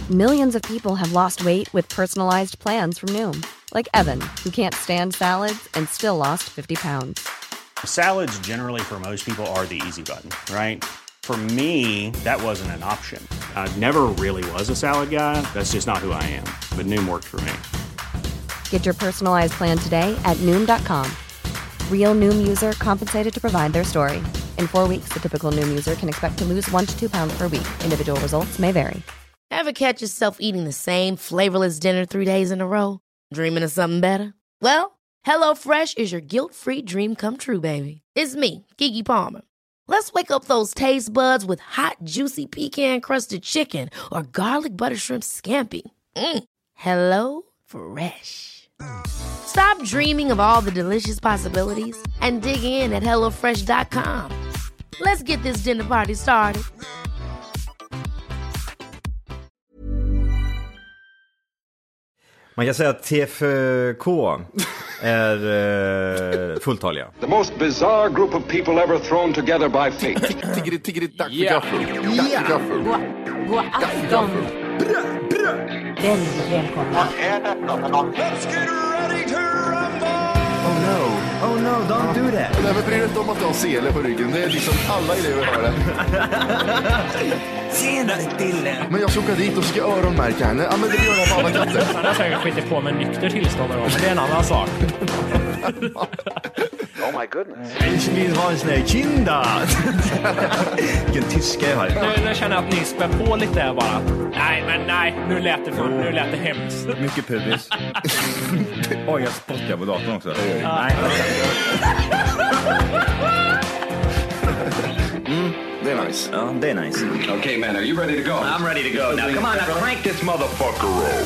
Millions of people have lost weight with personalized plans from Noom. Like Evan, who can't stand salads and still lost 50 pounds. Salads generally for most people are the easy button, right? For me, that wasn't an option. I never really was a salad guy. That's just not who I am. But Noom worked for me. Get your personalized plan today at Noom.com. Real Noom user compensated to provide their story. In 4 weeks, the typical Noom user can expect to lose 1 to 2 pounds per week. Individual results may vary. Ever catch yourself eating the same flavorless dinner 3 days in a row? Dreaming of something better? Well, HelloFresh is your guilt-free dream come true, baby. It's me, Keke Palmer. Let's wake up those taste buds with hot, juicy pecan-crusted chicken or garlic butter shrimp scampi. HelloFresh. Stop dreaming of all the delicious possibilities and dig in at HelloFresh.com. Let's get this dinner party started. Man kan säga att TFK är fulltaliga. The most bizarre group of people ever thrown together by fate. Tiggeri, tack för gaffel. Tack för gaffel. God afton. Väldigt välkomna. Let's get ready to rumble! Oh no, don't do that. Nej, men bryr dig inte om att du har sele på ryggen. Det är liksom alla elever har det. Senare till det. Men jag ska åka dit och ska öronmärka henne. Ja, men det gör jag på alla katter. Han har säkert skitit på med nykter tillstånd då, men det är en annan sak. Oh my goodness. Ich vill ha en sån här kinda. Vilken tyska jag har. Nu känner jag att ni spär på lite där bara. Nej, nu lät det hemskt. Mycket pubis. Oj, jag spottar på datorn också. Nej. Det är nice. Ja, det är nice. Okay, man, are you ready to go? I'm ready to go. Now, come on, now crank this motherfucker roll.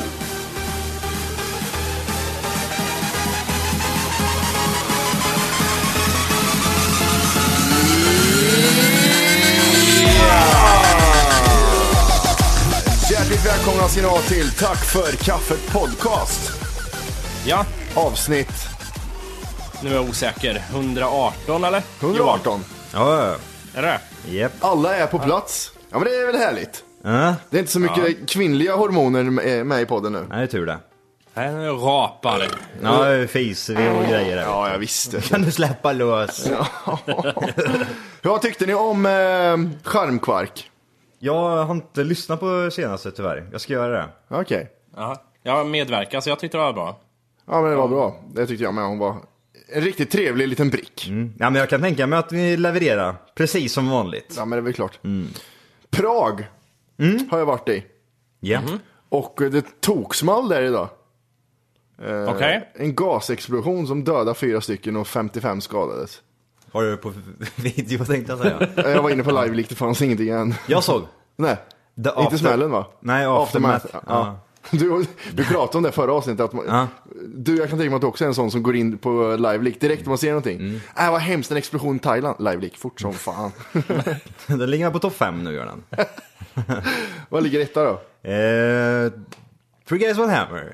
Hjärtligt välkomna ska ni ha till Tack för kaffet podcast. Ja, Avsnitt nu är jag osäker. 118 eller? 118. Ja, Är det? Japp. Alla är på plats. Ja, men det är väl härligt. Det är inte så mycket kvinnliga hormoner med i podden nu. Nej, det är tur det. Nej, nu rapar det. Ja, fis och grejer där. Ja, jag visste. Kan du släppa lös? Vad tyckte ni om charmkvark? Jag har inte lyssnat på senaste tyvärr. Jag ska göra det. Okej. Ja, jag medverkar så jag tyckte det var bra. Ja, men det var bra. Det tyckte jag med. Hon var en riktigt trevlig liten prick. Ja, men jag kan tänka mig att vi levererar precis som vanligt. Ja, men det är väl klart. Prag har jag varit i. Ja. Och det toksmall där idag. Okej. En gasexplosion som dödade 4 stycken och 55 skadades. Har du på video tänkte jag säga? Jag var inne på live, det fanns ingenting än. Jag såg. Nej, inte smällen va? Nej, aftermath. Ja. Du pratade om det förra avsnittet att jag kan tänka mig att du också är en sån som går in på live-leak direkt när man ser någonting. Vad hemskt, en explosion i Thailand. Live-leak, fort som fan. Den ligger på topp 5 nu, gör den. Vad ligger detta då? Three Guys One Hammer.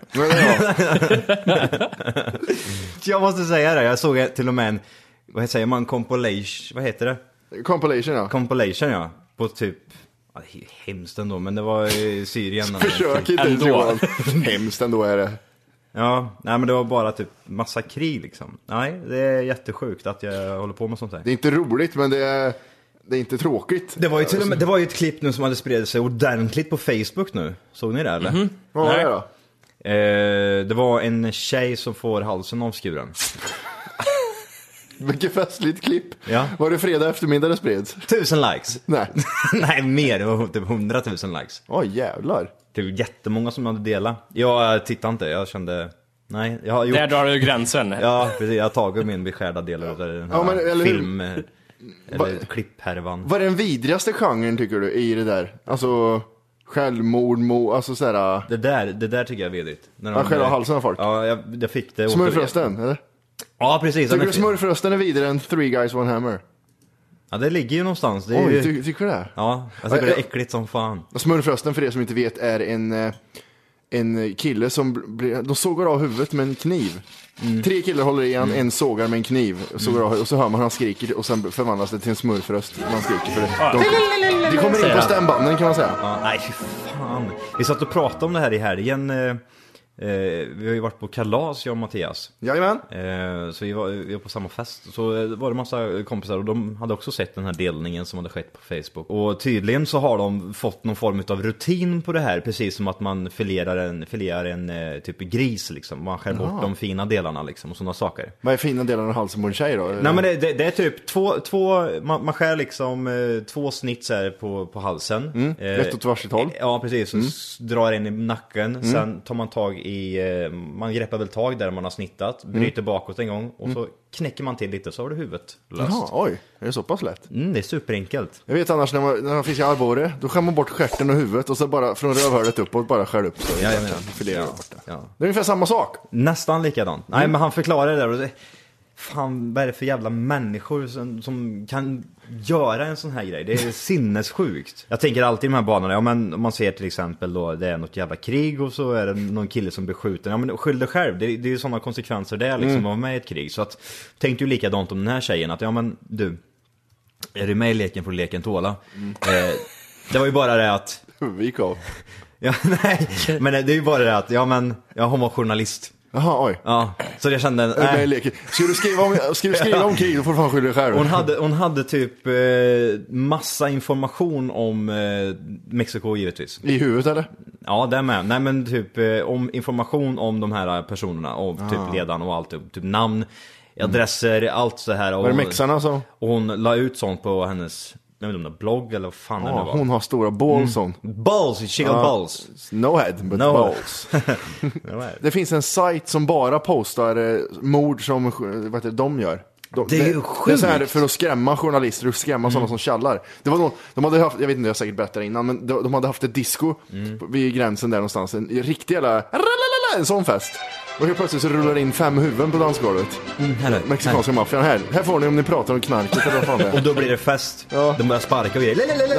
Jag måste säga det, jag såg till och med en, vad säger man, compilation, vad heter det? Compilation, ja. Compilation, ja. På typ, ja, det är hemskt ändå, men det var i Syrien. Försök inte ändå. Hemskt ändå är det. Ja, nej, men det var bara typ massa krig liksom. Nej, det är jättesjukt att jag håller på med sånt här. Det är inte roligt, men det är inte tråkigt. Det var ju till och med, det var ju ett klipp nu som hade spridit sig ordentligt på Facebook nu. Såg ni det eller? Vad var det då? Det var en tjej som får halsen avskuren. Vilket festligt klipp. Ja. Var det fredag eftermiddag det spreds? 1000 likes. Nej. Nej, mer. Det var typ 100 000 likes. Oj, jävlar. Det var jättemånga som hade delat. Jag tittade inte, jag kände... Nej, jag har gjort... Där drar du gränsen. Ja, precis. Jag har tagit min beskärda del av den här film... Eller klipphärvan. Vad är den vidrigaste genren tycker du i det där? Alltså... Självmord, alltså sådär... Det där tycker jag är vedrigt. Själva halsen av folk. Ja, jag fick det. Smurfrösten, eller? Ja, precis. Tycker du smurfrösten är vidare än Three Guys One Hammer? Ja, det ligger ju någonstans. Det är Oj, tycker du det? Ja, jag tycker det är äckligt som fan. Smurfrösten, för er som inte vet, är en kille som de sågar av huvudet med en kniv. 3 killar håller i en sågar med en kniv och så hör man han skriker och sen förvandlas det till en smurfröst när han skriker för det. De kommer in på stämbanden kan man säga. Ja, nej, fy fan. fan. Vi satt och pratade om det här i helgen. Vi har ju varit på kalas, jag och Mattias. Jajamän. Så vi var på samma fest. Så var det massa kompisar och de hade också sett den här delningen som hade skett på Facebook. Och tydligen så har de fått någon form av rutin på det här. Precis som att man filerar en typ gris liksom. Man skär bort de fina delarna liksom och sådana saker. Vad är fina delarna av halsen på en tjej då? Nej men det är typ två man skär liksom 2 snitt så här på halsen. Ett åt varsitt håll. Ja precis, och drar in i nacken. Sen tar man tag man greppar väl tag där man har snittat, bryter bakåt en gång och så knäcker man till lite så har du huvudet löst. Jaha, oj, är det så pass lätt? Det är superenkelt. Jag vet annars när man fiskar arborre, då skär man bort stjärten och huvudet och så bara från rövhålet uppåt bara skär upp så. Ja, jag menar. Filerar bort det. Ja. Det är ungefär samma sak. Nästan likadant. Nej men han förklarar det där och det, fan vad är det för jävla människor som kan göra en sån här grej? Det är sinnessjukt. Jag tänker alltid i de här banorna, ja men om man ser till exempel då det är något jävla krig och så är det någon kille som blir skjuten. Ja men skyll dig själv, det är ju sådana konsekvenser det är liksom att vara med i ett krig. Så att, tänkte ju likadant om den här tjejen att ja men du, är du med i leken får leken tåla. Det var ju bara det att Vi gav. ja, nej, men det är ju bara det att hon var journalist. Jaha, oj. Ja, så jag kände Ska du skriva om krig, då får du fan skylla dig själv. Hon hade typ massa information om Mexiko givetvis. I huvudet eller? Ja, det med. Nej men typ om information om de här personerna och typ ledaren och allt, typ namn, adresser, allt så här. Var det mexarna så? Och hon la ut sånt på hennes, jag vet inte om det blogg eller vad fan det nu var. Hon har stora balls hon. Balls, she got balls. No head, but No. balls. Det finns en sajt som bara postar mord som de gör. Det är ju det är så här sjukt. för att skrämma journalister och skrämma sådana som tjallar. Det var de hade haft, jag vet inte, jag har säkert berättat innan, men de hade haft ett disco vid gränsen där någonstans. En riktig jävla en sån fest. Och helt plötsligt så rullar det in 5 huvuden på dansgolvet. Mexikanska maffian här får ni om ni pratar om knarket eller vad fan det är. Och då blir det fest. Ja. De börjar sparka och grejer.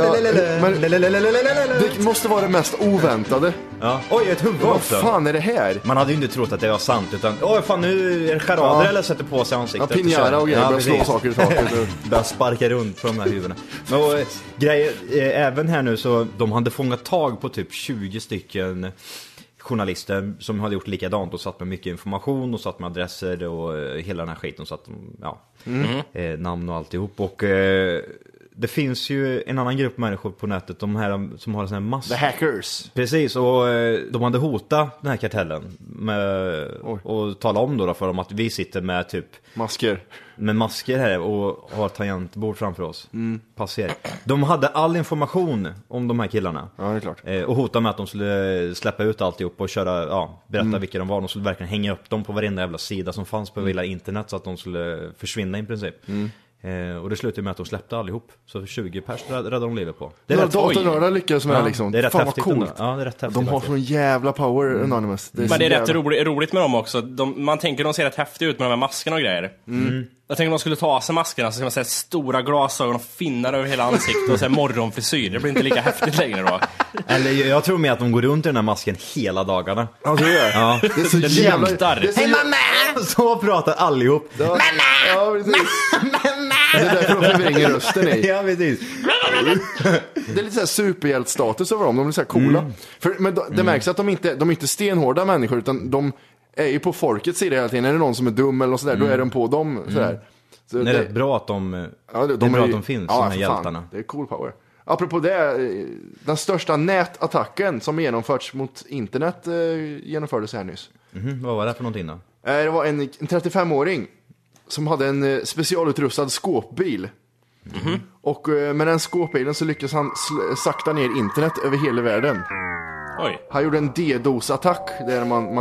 Det måste vara det mest oväntade. Ja. Oj, ett huvud Vad också. fan är det här? Man hade ju inte trott att det var sant utan fan nu är det charader eller sätter på sig ansiktet. Ja, pinjara och grejer, börjar slå precis. saker i taket. Börjar sparka runt på de här huvudena. Men grejer, även här nu så de hade fångat tag på typ 20 stycken journalister som hade gjort likadant och satt med mycket information och satt med adresser och hela den här skiten så att namn och alltihop och det finns ju en annan grupp människor på nätet, de här som har en sån här mass. The hackers. Precis, och de hade hotat den här kartellen med och tala om då för dem att vi sitter med typ masker här och har tangentbord framför oss. Passer. De hade all information om de här killarna. Ja, det är klart. Och hotade med att de skulle släppa ut alltihop och köra, berätta vilka de var. De skulle verkligen hänga upp dem på varenda jävla sida som fanns på hela internet så att de skulle försvinna i princip. Och det slutade med att de släppte allihop. Så 20 pers räddade de livet på. Det är rätt datornördar lyckas med det liksom. Det är rätt fan häftigt. vad coolt. Ja, det är rätt häftigt. De har sån jävla power, Anonymous. Men det är rätt roligt med dem också. Man tänker de ser rätt häftiga ut med de här maskerna och grejer. Jag tänker om de skulle ta av sig maskerna så ska man säga stora glasögon och finnar över hela ansiktet och så morgonfrisyr. Det blir inte lika häftigt längre då. Eller jag tror med att de går runt i den här masken hela dagarna. Ja, det är Ja. Det är så jävla... Hej mamma! Så pratar allihop. Ja. Mamma! Ja, precis. Det är därför de förvränger rösten i. Ja, precis. Det är lite så här superhjältstatus över dem. De är så här coola. Men det märks att de är inte stenhårda människor utan de är ju på folkets sida hela tiden. Är det någon som är dum eller något sådär, då är de på dem sådär. Så det är bra att de är bra att de finns, de här hjältarna. Det är cool power. Apropå det, den största nätattacken som genomförts mot internet genomfördes här nyss. Vad var det för någonting då? Det var en 35-åring som hade en specialutrustad skåpbil. Och med den skåpbilen så lyckades han sakta ner internet över hela världen. Oj. Han gjorde en DDoS-attack där man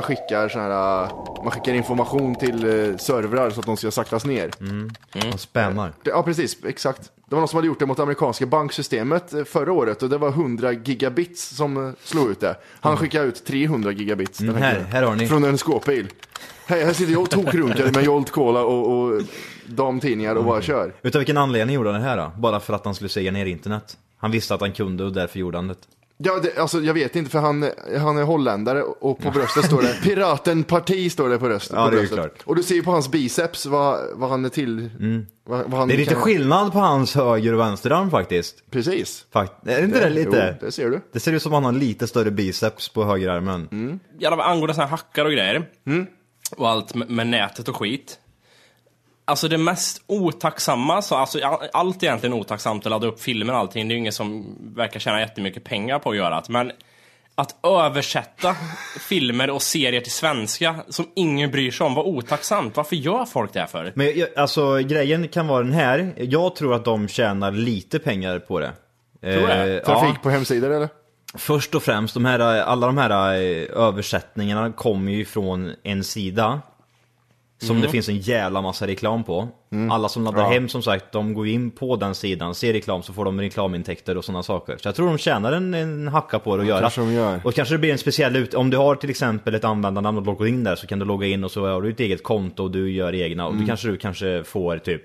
skickar information till servrar så att de ska saktas ner. Och spammar. Ja, precis, exakt. Det var någon som hade gjort det mot amerikanska banksystemet förra året och det var 100 gigabits som slog ut det. Han skickade ut 300 gigabits. Här har ni. Från en skåpbil. Här sitter jag och tokrunkar med Jolt Cola och damtidningar och bara kör. Vet du vilken anledning gjorde han det här då? Bara för att han skulle säga ner internet. Han visste att han kunde och därför gjorde han det. Ja, alltså jag vet inte för han är holländare och på bröstet står det Piraten Parti står det på bröstet. Ja, det är bröstet. klart. Och du ser ju på hans biceps vad han är till. Vad han Det är lite kan... skillnad på hans höger och vänsterarm faktiskt. Precis. Är det inte det lite? Jo, det ser du. Det ser ut som att han har lite större biceps på högerarmen. Jävlar, angående såna här hackar och grejer. Och allt med nätet och skit. Alltså det mest otacksamma, alltså allt är egentligen otacksamt att ladda upp filmer och allting. Det är ju ingen som verkar tjäna jättemycket pengar på att göra det. Men att översätta filmer och serier till svenska som ingen bryr sig om, var otacksamt. Varför gör folk det här för? Men alltså grejen kan vara den här. Jag tror att de tjänar lite pengar på det. Tror du? Trafik på hemsidor eller? Först och främst, alla de här översättningarna kommer ju från en sida som det finns en jävla massa reklam på. Alla som laddar hem, som sagt, de går in på den sidan, ser reklam, så får de reklamintäkter och sådana saker. Så jag tror de tjänar en hacka på det att göra. Kanske de gör. Och kanske det blir en speciell om du har till exempel ett användarnamn och loggar in där, så kan du logga in och så har du ett eget konto och du gör egna. Och du kanske får typ,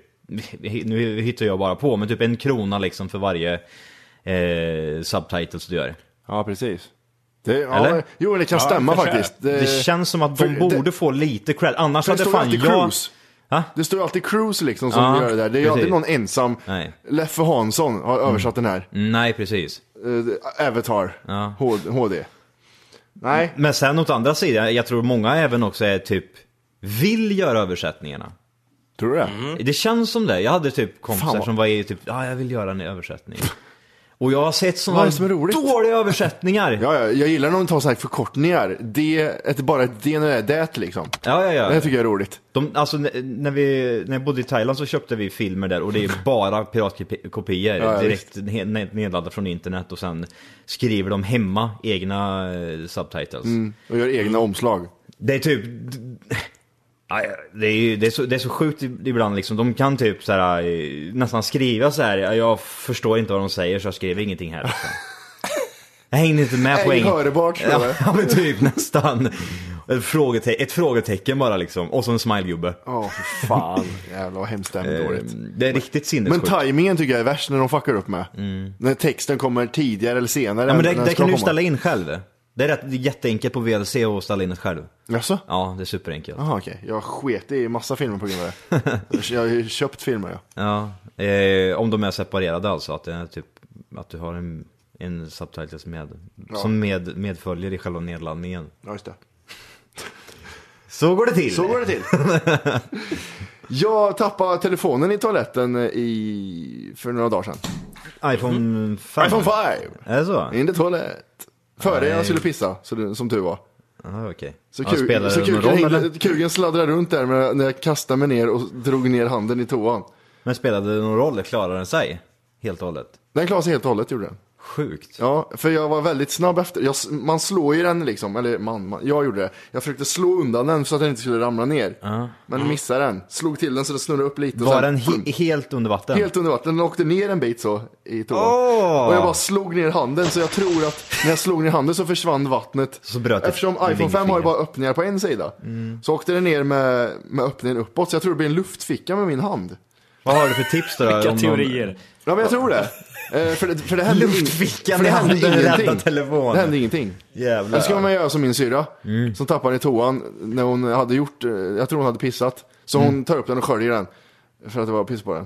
nu hittar jag bara på, men typ 1 krona liksom för varje subtitles du gör. Ja, precis. Det, Eller? Jo, det kan stämma faktiskt. Det känns som att de borde få lite cred. Annars hade fan Cruise. Ha? Det står alltid Cruise liksom som gör det där. Det är alltid någon ensam. Nej. Leffe Hansson har översatt den här. Nej, precis. Avatar. Ja. HD. Nej. Men sen åt andra sidan, jag tror många även också är typ vill göra översättningarna. Tror du det? Det känns som det. Jag hade typ kompisar som var i typ, jag vill göra en översättning. Och jag har sett sådana dåliga översättningar. Ja, jag gillar när de tar så här förkortningar. Bara ett D när det är det liksom. Ja. Det tycker jag är roligt. Alltså när jag bodde i Thailand så köpte vi filmer där. Och det är bara piratkopior. Direkt nedladdat från internet. Och sen skriver de hemma egna subtitles. Och gör egna omslag. Det är typ... Det är så sjukt ibland liksom. De kan typ så här, nästan skriva så här. Jag förstår inte vad de säger, så jag skriver ingenting här liksom. Jag hängde inte med på engelska. Hörbart, tror jag. Ja, men typ nästan. Ett frågetecken bara liksom. Och så en smilegubbe. För fan. Jävlar vad hemskt dåligt. Det är riktigt sinnessjukt. Men timingen tycker jag är värst när de fuckar upp med. När texten kommer tidigare eller senare. Ja, men det kan du ställa in själv. Det är jätteenkelt på VLC att ställa in det själv. Jaså? Ja, det är superenkelt. Jaha, okej. Jag sket i massa filmer på grund av det. Jag har ju köpt filmer, ja. Om de är separerade alltså. Att det är typ att du har en subtitles som medföljer i själva nedladdningen. Ja, just det. Så går det till. Så går det till. Jag tappade telefonen i toaletten för några dagar sedan. iPhone 5. iPhone 5. Är det så? In the toilet. Före jag skulle pissa, som tur var. Aha, okej. Så kugen sladdrade runt där när jag kastade mig ner och drog ner handen i toan. Men spelade det någon roll? Klarade den sig? Helt och hållet? Den klarade sig helt och hållet, gjorde den. Sjukt. Ja, för jag var väldigt snabb efter. Man slår ju den liksom, eller jag gjorde det. Jag försökte slå undan den så att den inte skulle ramla ner. Men missade den. Slog till den så det snurrade upp lite. Var den helt under vatten? Helt under vatten. Den åkte ner en bit så i toan. Och jag bara slog ner handen, så jag tror att när jag slog ner handen så försvann vattnet. Så bröt det. Eftersom iPhone 5 har ju bara öppningar på en sida. Så åkte den ner med öppningen uppåt. Så jag tror det blir en luftficka med min hand. Vad har du för tips då? Vilka teorier? Ja, men jag tror det. För det hände Luftfickan i handen räddade telefonen. Det hände ingenting. Jävlar. Det ska man göra som min syra som tappade i toan när hon hade gjort, jag tror hon hade pissat. Så hon tar upp den och sköljer den för att det var piss på den.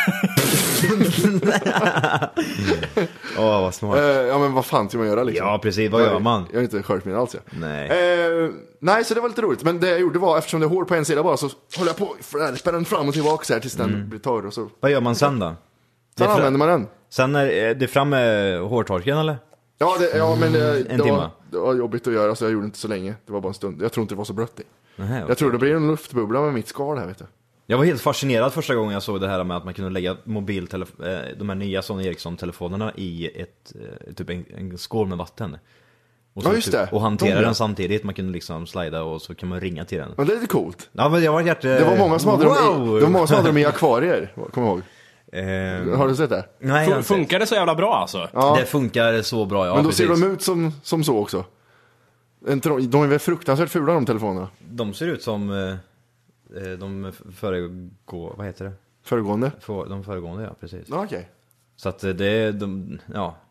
Vad smart. Ja, men vad fan ska man göra liksom? Ja, precis. Vad gör man? Jag har inte sköljt min alls. Ja. Nej. Nej, så det var lite roligt. Men det jag gjorde var, eftersom det är hår på en sida bara, så håller jag på spänner den fram och tillbaka så här tills den blir torr. Och så. Vad gör man sen då? Sen använder man den. Sen är det fram med hårtorken eller? Ja, men en timme. Det var jobbigt att göra, så jag gjorde inte så länge. Det var bara en stund. Jag tror inte det var så blött i. Okay. Jag tror det blir en luftbubbla med mitt skal här, vet du. Jag var helt fascinerad första gången jag såg det här med att man kunde lägga de här nya Sony Ericsson-telefonerna i typ en skål med vatten. Och så just det. Och hantera den samtidigt. Man kunde liksom slida och så kan man ringa till den. Men det är lite coolt. Ja, men jag var det var många som hade dem i akvarier, kommer jag ihåg. Har du sett det? Nej, funkar det så jävla bra alltså? Ja. Det funkar så bra, ja. Men då precis. ser de ut som så också. De är väl fruktansvärt fula, de telefonerna. De ser ut som de föregående, vad heter det? Föregående? De föregående, ja, precis. Ja, okej. Så att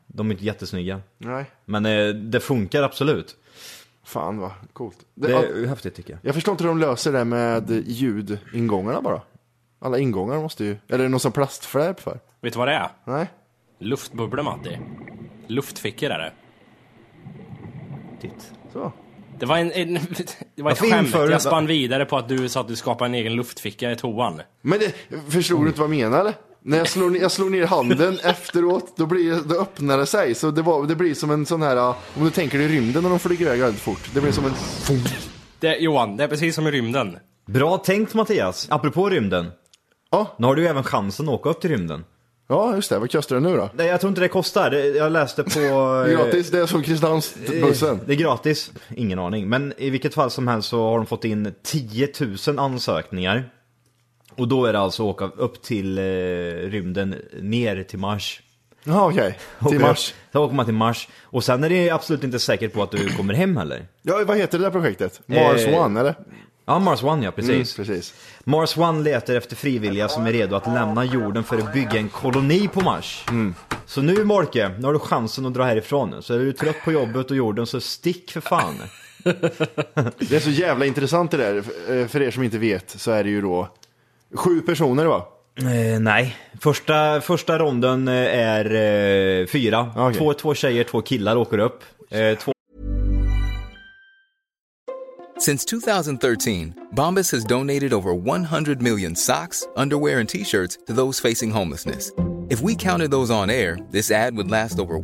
De är inte jättesnygga. Nej. Men det funkar absolut. Fan vad coolt. Det är häftigt tycker jag. Jag förstår inte hur de löser det med ljudingångarna bara. Alla ingångar måste ju... Eller är det någon sån plastfläp för? Vet du vad det är? Nej. Luftbubblor, Matti. Luftfickor är det. Titt. Så. Det var det var ett skämt. Jag spann vidare på att du sa att du skapar en egen luftficka i toan. Men förstod du inte vad jag menar eller? När jag slog ner handen efteråt, då öppnar det sig. Så det blir som en sån här, om du tänker dig i rymden när de flyger iväg väldigt fort. Det blir som en... Johan, det är precis som i rymden. Bra tänkt Mattias. Apropå rymden. Ja. Nu har du ju även chansen att åka upp till rymden. Ja, just det. Vad kostar det nu då? Nej, jag tror inte det kostar. Jag läste på... gratis, det är som Kristianstad-bussen. Det är gratis, ingen aning. Men i vilket fall som helst så har de fått in 10 000 ansökningar. Och då är det alltså åka upp till rymden ner till Mars. Ja, okej. Till Mars. Så åker man till Mars. Och sen är det absolut inte säkert på att du kommer hem heller. Ja, vad heter det där projektet? Mars One, eller? Ja, Mars One, ja, precis. Precis. Mars One letar efter frivilliga som är redo att lämna jorden för att bygga en koloni på Mars. Så nu, Morke, nu har du chansen att dra härifrån. Så är du trött på jobbet och jorden, så stick för fan. Det är så jävla intressant det där. För er som inte vet så är det ju då 7 personer, va? Nej, första ronden är 4. Okay. 2 tjejer, 2 killar åker upp. Since 2013, Bombas has donated over 100 million socks, underwear, and T-shirts to those facing homelessness. If we counted those on air, this ad would last over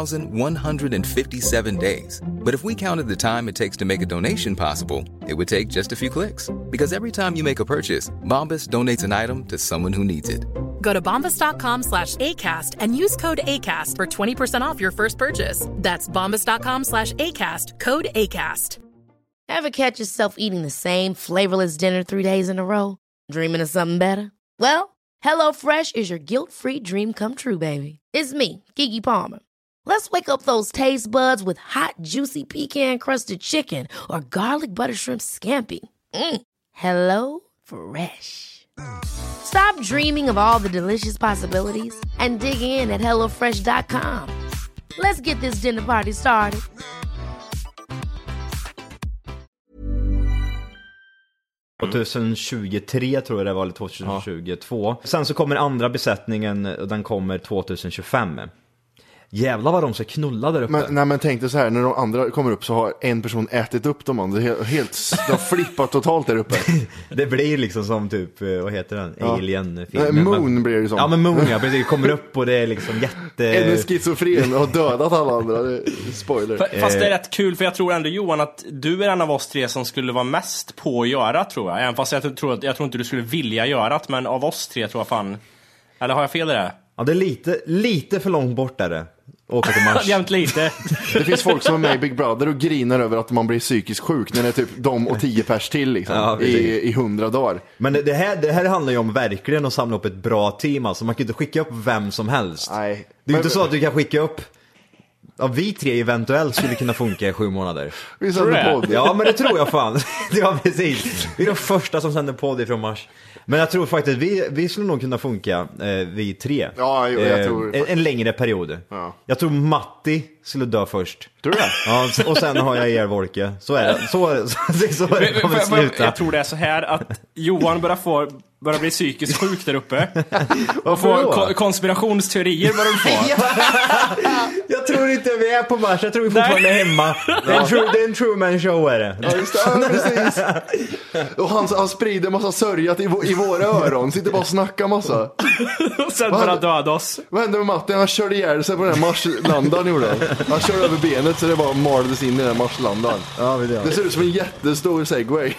1,157 days. But if we counted the time it takes to make a donation possible, it would take just a few clicks. Because every time you make a purchase, Bombas donates an item to someone who needs it. Go to bombas.com/ACAST and use code ACAST for 20% off your first purchase. That's bombas.com/ACAST, code ACAST. Ever catch yourself eating the same flavorless dinner 3 days in a row? Dreaming of something better? Well, HelloFresh is your guilt-free dream come true, baby. It's me, Keke Palmer. Let's wake up those taste buds with hot, juicy pecan-crusted chicken or garlic butter shrimp scampi. Hello Fresh. Stop dreaming of all the delicious possibilities and dig in at HelloFresh.com. Let's get this dinner party started. Mm. 2023 tror jag det var, eller 2022. Ja. Sen så kommer andra besättningen, och den kommer 2025. Jävlar vad de ska knulla där uppe. Men tänk dig så här, när de andra kommer upp så har en person ätit upp de andra. De har flippat totalt där uppe. Det blir liksom som typ, vad heter den? Alien-filmen. Moon blir det som. Ja, men Moon, ja, precis. Kommer upp och det är liksom jätte... En är schizofren och har dödat alla andra. Spoiler. Fast det är rätt kul, för jag tror ändå, Johan, att du är en av oss 3 som skulle vara mest på att göra, tror jag. Även fast jag tror inte du skulle vilja göra det, men av oss 3 tror jag fan... Eller har jag fel i det? Ja, det är lite för långt bort där det. Åka till Mars. Jämt lite. Det finns folk som är med i Big Brother och grinar över att man blir psykiskt sjuk när det är typ de och 10 pers till liksom, ja, i 100 dagar. Men det här handlar ju om verkligen att samla upp ett bra team. Alltså man kan inte skicka upp vem som helst. Nej. Det är inte så att du kan skicka upp... Ja, vi 3 eventuellt skulle kunna funka i 7 månader. Vi sänder podd. Ja, men det tror jag fan. Det var precis. Vi är de första som sänder podd ifrån Mars. Men jag tror faktiskt att vi skulle nog kunna funka, vi 3. Ja, jag tror... En längre period. Ja. Jag tror Matti skulle dö först. Tror du det? Ja, och sen har jag er Volke. Så är det. Så det kommer sluta. Jag tror det är så här att Johan börjar bli psykiskt sjuk där uppe. Och får konspirationsteorier börjar du få. Jag tror inte vi är på Mars. Jag tror vi fortfarande är hemma. Det är en Truman Show är det. Ja, just det. Ja, precis. Och han sprider massa sörjat i våra öron. Sitter bara och snackar massa. Och sen bara döda oss. Vad hände med Martin? Han körde ihjäl sig på den här Marslandaren, gjorde han. Han körde över benet så det bara maldes in i den här Marslandaren. Ja, det ser ut som en jättestor segway.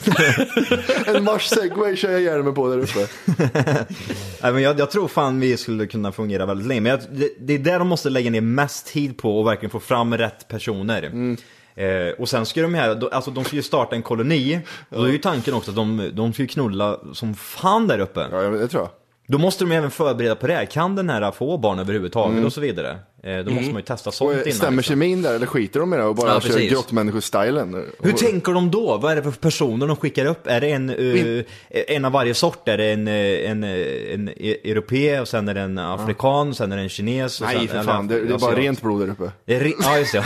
En Mars-segway kör jag ihjäl mig på där uppe. Nej, men jag tror fan vi skulle kunna fungera väldigt länge. Men det är där de måste lägga ner mest tid på och verkligen få fram rätt personer. Och sen ska de ska ju starta en koloni. Och då är ju tanken också att de ska ju knulla som fan där uppe. Ja, det tror jag. Då måste de även förbereda på det här. Kan den här få barn överhuvudtaget och så vidare. Då måste man ju testa sånt innan. Stämmer liksom. kemin där eller skiter de med det och bara kör grottmänniskostylen? Hur tänker de då? Vad är det för personer de skickar upp? Är det en av varje sort? Är det en europé och sen är det en afrikan, sen är det en kines? Och nej, sen, för fan, det är bara rent blod där uppe. Det är ja, just det.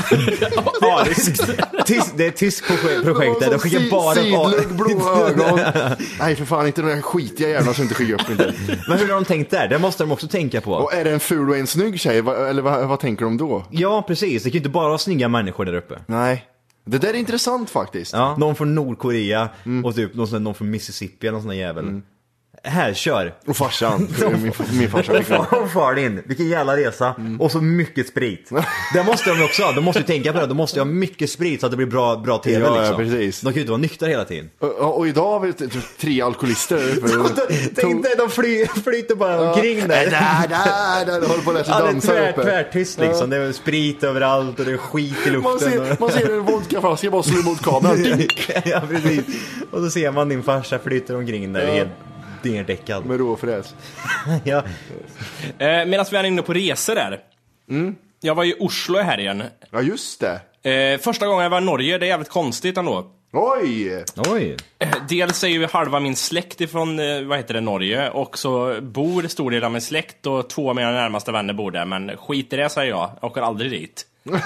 Det är ett tyskt projekt där de skickar bara sidlugg, blodögon. Nej, för fan, inte de där skitiga jävlar som inte skickar upp inte. Men hur har de tänkt där? Det måste de också tänka på. Och är det en ful och en snygg tjej? Eller vad tänker de då? Ja, precis. Det kan ju inte bara vara snygga människor där uppe. Nej. Det där är intressant faktiskt. Ja. Någon från Nordkorea och typ någon från Mississippi eller någon sån där jävel. Här, kör. Och farsan. min farsa. Och far in. Vilken jävla resa. Och så mycket sprit. Det måste de också ha. De måste ju tänka på det. De måste ju ha mycket sprit så att det blir bra tv liksom. Ja, precis. De kan ju inte vara nyktra hela tiden. Och idag har vi typ 3 alkoholister. Tänk dig, de flyter bara omkring där. Där håller på att lära sig dansa uppe. Tvärtyst liksom. Det är sprit överallt och det är skit i luften. Man ser en vodkaflaska bara slå emot kameran. Ja, precis. Och då ser man din farsa flyter omkring där helt däckad. Med råfräs. Ja. Medan vi är inne på resor där. Jag var i Oslo i helgen. Ja, just det. Första gången jag var i Norge, det är jävligt konstigt ändå. Oj! Dels är ju halva min släkt ifrån Norge. Och så bor stor del av min släkt och 2 av mina närmaste vänner bor där. Men skit i det, säger jag åker aldrig dit.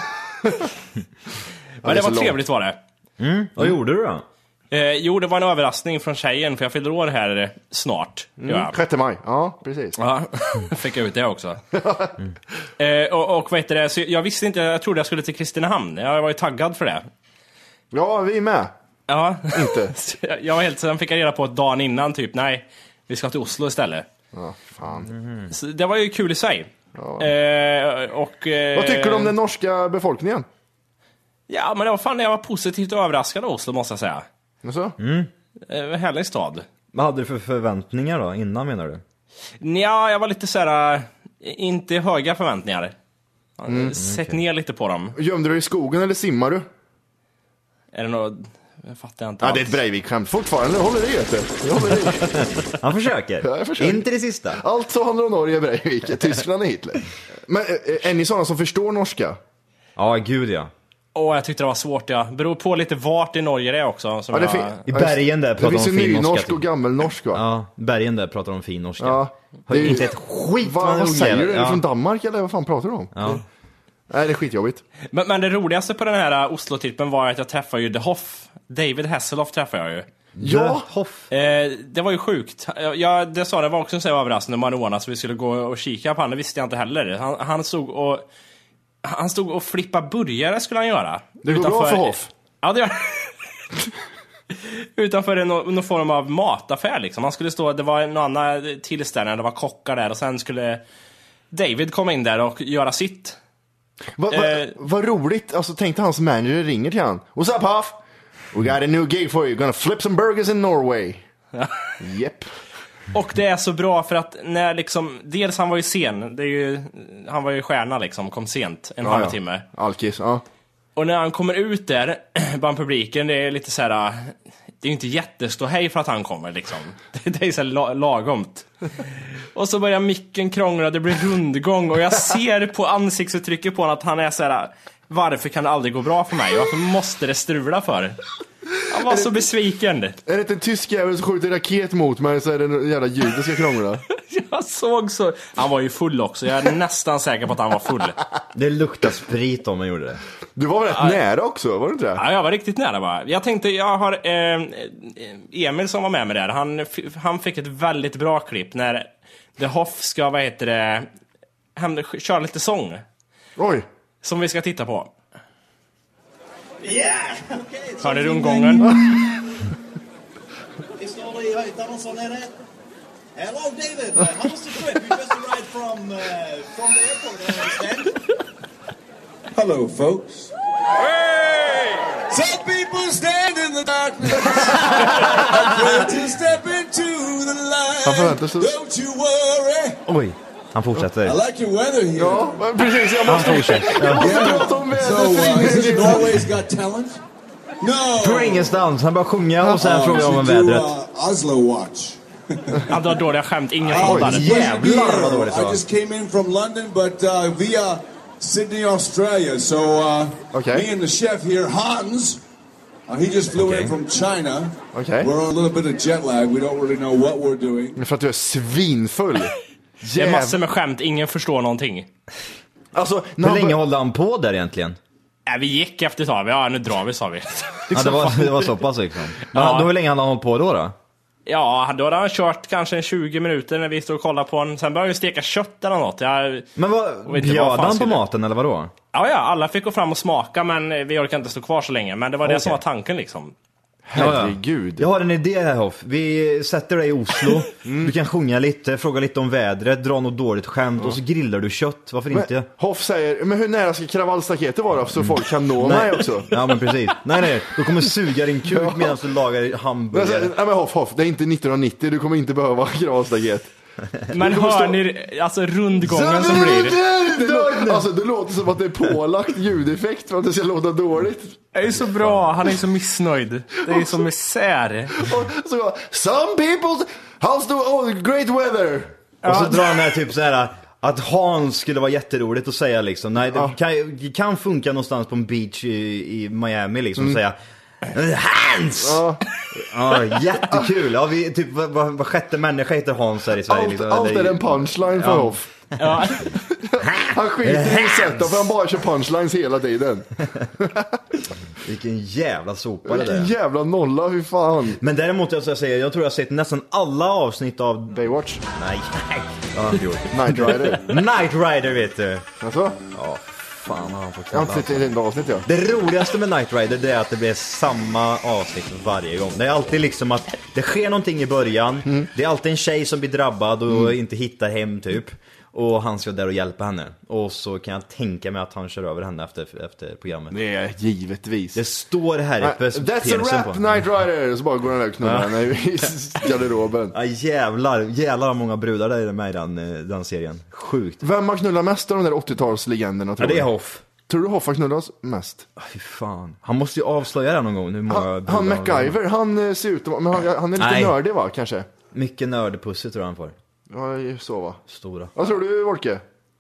Men det var trevligt var det. Vad gjorde du då? Jo, det var en överraskning från tjejen. För jag fyller år här snart. 6 maj, ja precis. Ja, fick jag ut det också. Och vad heter det? Så jag visste inte, jag trodde jag skulle till Kristinehamn. Jag var ju taggad för det. Ja, vi är med. Ja. Inte. Jag var helt, sen fick jag reda på dagen innan typ, nej, vi ska till Oslo istället. Ja, fan. Så det var ju kul i sig. Ja. Vad tycker du om den norska befolkningen? Ja, men det var fan, jag var positivt överraskad av Oslo, måste jag säga. Alltså? Härlig stad. Vad hade du för förväntningar då, innan menar du? Ja, jag var lite såhär, inte höga förväntningar. Sett ner lite på dem. Gömde du i skogen eller simmar du? Är det något... Jag fattar inte. Ja, det är ett Breivik-skämt fortfarande. Håller det, Göte. Han försöker. Ja, jag försöker. Inte det sista. Allt så handlar om Norge, Breivik. Tyskland är Hitler. Men är ni sådana som förstår norska? Ja, gud ja. Jag tyckte det var svårt, ja. Beror på lite vart i Norge det är också. Som I bergen där pratar de om fin norska. Det finns ju nynorsk och gammelnorsk, va? Ja, bergen där pratar de om fin norska. Ja. Har inte ett skit. Vad säger du? Är du från Danmark eller vad fan pratar du om? Ja. Nej, det är skitjobbigt. Men det roligaste på den här Oslo-trippen var att jag träffade ju The Hoff. David Hasselhoff träffade jag ju. Ja, Hoff. Det var ju sjukt. Det sa det var också en så överraskande marijuana så vi skulle gå och kika på han. Det visste jag inte heller. Han stod och flippade burgare skulle han göra. Det går bra för Hoff. Ja, det gör utanför någon form av mataffär liksom. Han skulle stå, det var en annan tillställning, det var kockar där och sen skulle David komma in där och göra sitt. Vad roligt, alltså tänkte hans manager ringer till han. What's up, Hoff? We got a new gig for you, gonna flip some burgers in Norway. Yep. Och det är så bra för att när liksom, dels han var ju sen, han var ju stjärna liksom, kom sent, en halvtimme. Alkis, ja. Och när han kommer ut där bland publiken, det är lite så här, det är ju inte jätteståhej för att han kommer liksom. Det är så här lagomt. Och så börjar micken krångla, det blir rundgång och jag ser på ansiktsuttrycket på honom att han är så här: varför kan det aldrig gå bra för mig? Varför måste det strula för? Han var så besviken. Är det inte en tysk jävel som skjuter raket mot mig så är det en jävla judiska krångla? Jag såg så. Han var ju full också. Jag är nästan säker på att han var full. Det luktar sprit om man gjorde det. Du var rätt nära också, var du inte det? Ja, jag var riktigt nära bara. Jag tänkte, jag har Emil som var med mig där. Han fick ett väldigt bra klipp när The Hoff ska, köra lite sång. Oj. Som vi ska titta på. Yeah! Hör ni rundgången? Hello, David. How was the trip? You just arrived from the airport, I understand. Hello, folks. Hey! Some people stand in the darkness, afraid to step into the light. Don't you worry. Oj. Han fortsätter. I like your weather here. Ja, precis. Jag måste prata om vädret. Is it Norway's Got Talent? No. Från ingenstans. Han bara sjunga och sen frågar om vädret. Oslo Watch. Han drar dåliga skämt. Ingen fattar. Jävlar vad dåligt det var. I just came in from London, but via Sydney, Australia. So me and the chef here, Hans, he just flew in from China. We're on a little bit of jet lag. We don't really know what we're doing. För att du är svinfull. Det är massor med skämt, ingen förstår någonting. Alltså, hur länge håller han på där egentligen? Vi gick efter ett tag, ja nu drar vi, sa vi. Ja, det var så pass liksom. Men då hur länge han har hållit på då? Ja, då hade han kört kanske 20 minuter när vi stod och kollade på en. Sen började vi steka kött eller något. Men bjöd han på maten eller vadå? Ja, alla fick gå fram och smaka, men vi orkade inte stå kvar så länge. Men det var det som var tanken liksom. Herregud. Jag har en idé här, Hoff. Vi sätter dig i Oslo. Du kan sjunga lite, fråga lite om vädret, dra något dåligt skämt och så grillar du kött. Varför inte? Hoff säger, men hur nära ska kravallstaketet vara så folk kan nå mig också? Ja, men precis. Nej, du kommer suga din kuk medan du lagar hamburgare. Nej, men Hoff, det är inte 1990, du kommer inte behöva kravallstaket. Men hör ni, alltså rundgången som blir alltså det låter som att det är pålagt ljudeffekt för att det ska låta dåligt. Det är så bra, han är så missnöjd. Det är som misär. Så some people's house do great weather. Och så drar han här typ så här att Hans skulle vara jätteroligt att säga liksom. Nej, det kan funka någonstans på en beach i Miami liksom att säga Hans! Ja, jättekul. Ja, vi typ var sjätte människa heter Hans här i Sverige liksom. Allt är en punchline för Hoff. Ja. Han skiter i sättet för han bara kör punchlines hela tiden. Vilken jävla sopa det där. Vilken jävla nolla, hur fan. Men däremot jag säger, jag tror jag har sett nästan alla avsnitt av Baywatch. Nej. Night Rider. Night Rider vet du. Alltså? Ja. Fan, han får jag har inte sett ett avsnitt, ja. Det roligaste med Night Rider det är att det blir samma avsnitt varje gång. Det är alltid liksom att det sker någonting i början. Det är alltid en tjej som blir drabbad och inte hittar hem typ. Och han ska där och hjälpa henne. Och så kan jag tänka mig att han kör över henne efter programmet. Det är givetvis. Det står här i That's a rap, Night Rider. Så bara går han där och knullar henne i garderoben. Ja, jävlar många brudar där med i den serien. Sjukt. Vem har knullat mest av de där 80-talslegenderna? Ja, det är Hoff. Tror du Hoff har knullat mest? Fy fan. Han måste ju avslöja det någon gång. Hur många han MacGyver, han ser ut men han är lite nördig va, kanske? Mycket nördpussy tror jag han får. Ja, så va. Stora. Vad tror du, Wolke?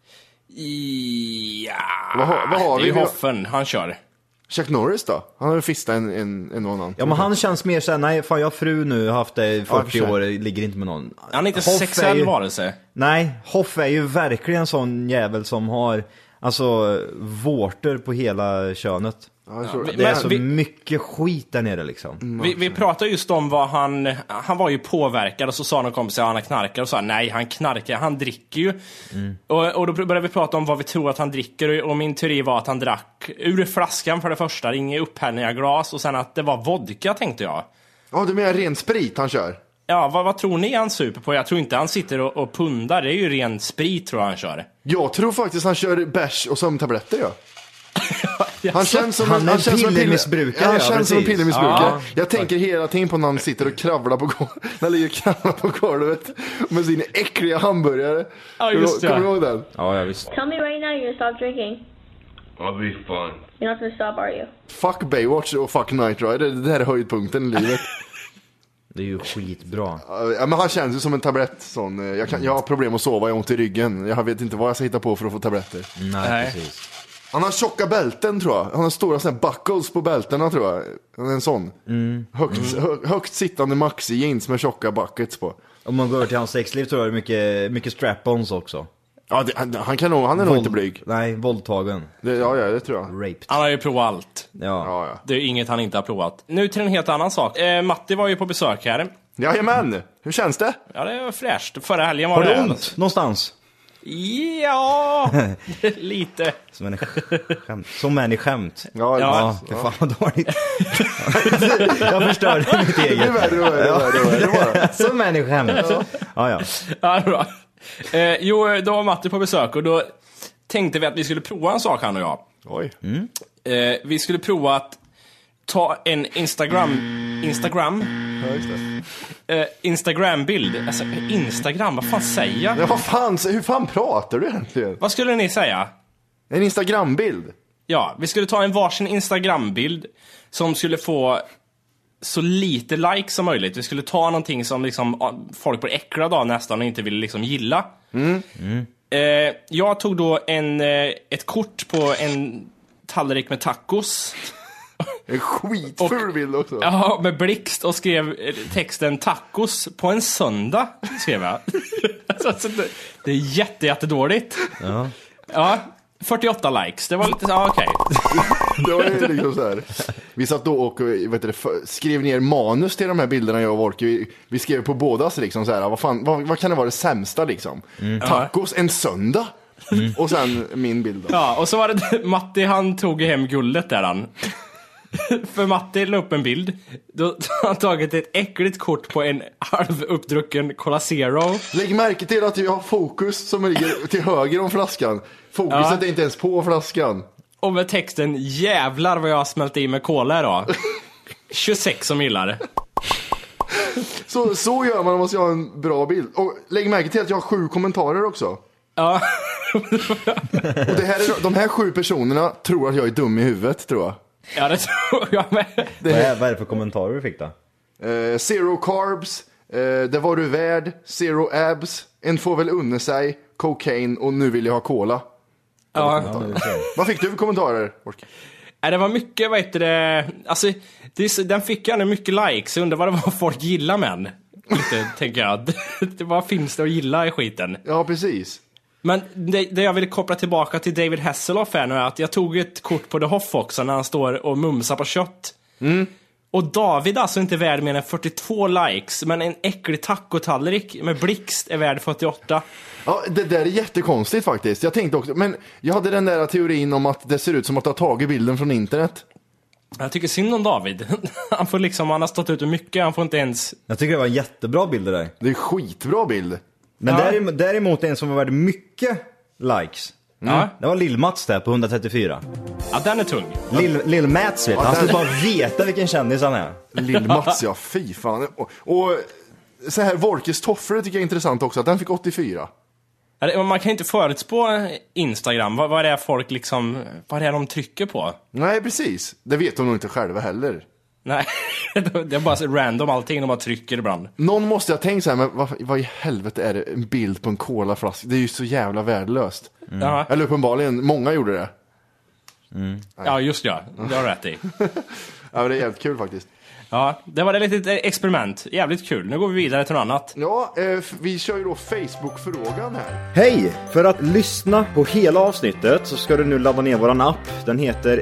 Ja, vad har vi? Det är Hoffen, han kör. Chuck Norris då? Han har ju fistat en annan. Ja, men han känns mer såhär, nej fan jag har fru nu, har haft det i 40 år, ligger inte med någon. Han är inte sexuell varelse. Nej, Hoff är ju verkligen en sån jävel som har alltså vårtor på hela könet. Det är så mycket skit där nere liksom. Vi pratade just om vad han var ju påverkad och så sa någon kompis att han knarkar och sa nej, han knarkar, han dricker ju. Och då började vi prata om vad vi tror att han dricker och min teori var att han drack ur flaskan för det första, inga upphällningar glas och sen att det var vodka tänkte jag. Ja, du menar ren sprit han kör? Ja, vad tror ni han super på? Jag tror inte han sitter och pundar, det är ju ren sprit tror jag han kör. Jag tror faktiskt han kör bärs och sömntabletter, ja. Han känns som en pillermissbrukare. Han känns som en pillermissbrukare. Jag tänker hela tiden på när han sitter och kravlar på golvet. När han ligger och kravlar på golvet med sin äckliga hamburgare. Ja, just det. Kommer du ihåg den? Ja, jag visst. Tell me right now you're gonna stop drinking. I'll be fine. You're not gonna stop, are you? Fuck Baywatch och fuck Night Rider. Det här är höjdpunkten i livet. Det är ju skitbra. Ja, men han känns ju som en tablett sån. Jag har problem att sova, jag har ont i ryggen. Jag vet inte vad jag ska hitta på för att få tabletter. Nej. Precis. Han har tjocka bälten tror jag. Han har stora såna här buckles på bältena tror jag. Han är en sån. Högt sittande maxi jeans med tjocka buckets på. Om man går över till hans sexliv tror jag det är mycket strap-ons också. Ja, han är nog inte blyg. Nej, våldtagen. Det tror jag. Raped. Han har ju provat allt. Ja. Det är inget han inte har provat. Nu till en helt annan sak. Matti var ju på besök här. Jajamän, hur känns det? Ja, det var fräscht. Förra helgen var det ont någonstans? Ja, lite. Som en i skämt. Ja. Fan vad dåligt. Jag förstörde mitt eget. Det var som en i skämt. Ja. Ja, bra. Jo, då var Matti på besök och då tänkte vi att vi skulle prova en sak han och jag. Oj. Vi skulle prova att ta en Instagram-bild. Alltså, Instagram, vad fan säger jag? Ja, hur fan pratar du egentligen? Vad skulle ni säga? En Instagram-bild? Ja, vi skulle ta en varsin Instagram-bild som skulle få så lite like som möjligt. Vi skulle ta någonting som liksom folk blir äcklade av nästan och inte vill liksom gilla. Jag tog då ett kort på en tallrik med tacos. En skitful bild också. Ja, med blixt och skrev texten tacos på en söndag, skrev jag. Alltså, det är jättedåligt. Ja, 48 likes. Det var lite okej. Det var ju liksom så här. Vi satt då och skrev ner manus till de här bilderna jag och Volker. Vi skrev på bådas liksom så här. Vad kan det vara det sämsta liksom? Tacos en söndag. Och sen min bild då. Ja, och så var det Matti, han tog hem guldet där han. För Matti la upp en bild. Då har han tagit ett äckligt kort på en halvuppdrucken Cola Zero. Lägg märke till att jag har fokus som ligger till höger om flaskan. Fokuset är inte ens på flaskan. Och med texten jävlar vad jag har smält i med cola då. 26 som gillar det. Så gör man om man ska ha en bra bild. Och lägg märke till att jag har 7 kommentarer också. Ja. Och de här 7 personerna tror att jag är dum i huvudet, tror jag. Ja, det tror jag med. Vad är det för kommentarer du fick då? Zero carbs, det var du värd, zero abs, en får väl unna sig, cocaine och nu vill jag ha cola. Ja. Vad fick du för kommentarer? Det var mycket, vad heter det? Alltså, den fick jag mycket likes. Jag undrar vad det var folk gillar med den. Lite, tänker jag. Vad finns det att gilla i skiten? Ja, precis. Men det jag ville koppla tillbaka till David Hasselhoff här nu är att jag tog ett kort på The Hoff också när han står och mumsar på kött. Och David alltså inte värd mer än 42 likes, men en äcklig tacotallrik med blixt är värd 48. Ja, det där är jättekonstigt faktiskt. Jag tänkte också, men jag hade den där teorin om att det ser ut som att ha tagit bilden från internet. Jag tycker synd om David. Han har stått ut mycket, han får inte ens... Jag tycker det var en jättebra bild där. Det är skitbra bild. Men däremot en som var värd mycket likes. Det var Lill-Mats där på 134. Ja, den är tung. Lill-Mats vet han skulle bara veta vilken kändis han är. Lill-Mats, ja, fy fan. Och så här, Volkers tofflor tycker jag är intressant också, att den fick 84. Man kan inte förutspå Instagram. Vad är det folk liksom, vad är det de trycker på? Nej, precis. Det vet de nog inte själva heller. Nej, det är bara så random allting, de bara trycker ibland. Någon måste ha tänkt så här, men vad i helvete är det en bild på en colaflaska? Det är ju så jävla värdelöst. Eller uppenbarligen, många gjorde det. Ja, just det. Det har rätt i. Ja, det är jävligt kul faktiskt. Ja, det var ett litet experiment. Jävligt kul. Nu går vi vidare till något annat. Ja, vi kör ju då Facebook-frågan här. Hej! För att lyssna på hela avsnittet så ska du nu ladda ner våran app. Den heter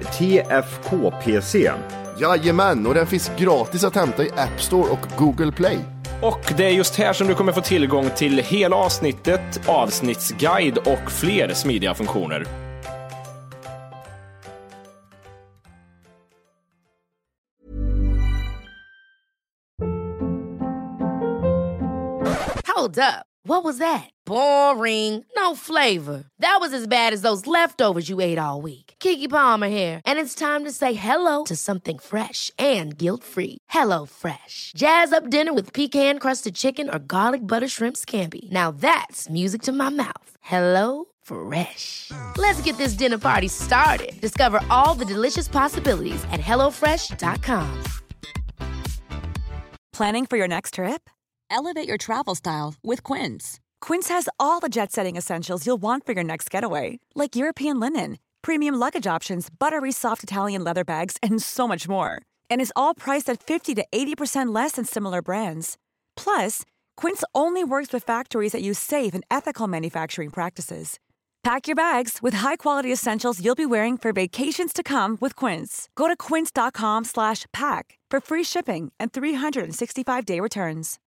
TFKPC. Jajamän, och den finns gratis att hämta i App Store och Google Play. Och det är just här som du kommer få tillgång till hela avsnittet, avsnittsguide och fler smidiga funktioner. Hold up. What was that? Boring. No flavor. That was as bad as those leftovers you ate all week. Keke Palmer here, and it's time to say hello to something fresh and guilt-free. Hello Fresh. Jazz up dinner with pecan-crusted chicken or garlic butter shrimp scampi. Now that's music to my mouth. Hello Fresh. Let's get this dinner party started. Discover all the delicious possibilities at hellofresh.com. Planning for your next trip? Elevate your travel style with Quince. Quince has all the jet-setting essentials you'll want for your next getaway, like European linen, premium luggage options, buttery soft Italian leather bags, and so much more. And is all priced at 50 to 80% less than similar brands. Plus, Quince only works with factories that use safe and ethical manufacturing practices. Pack your bags with high-quality essentials you'll be wearing for vacations to come with Quince. Go to quince.com/pack for free shipping and 365-day returns.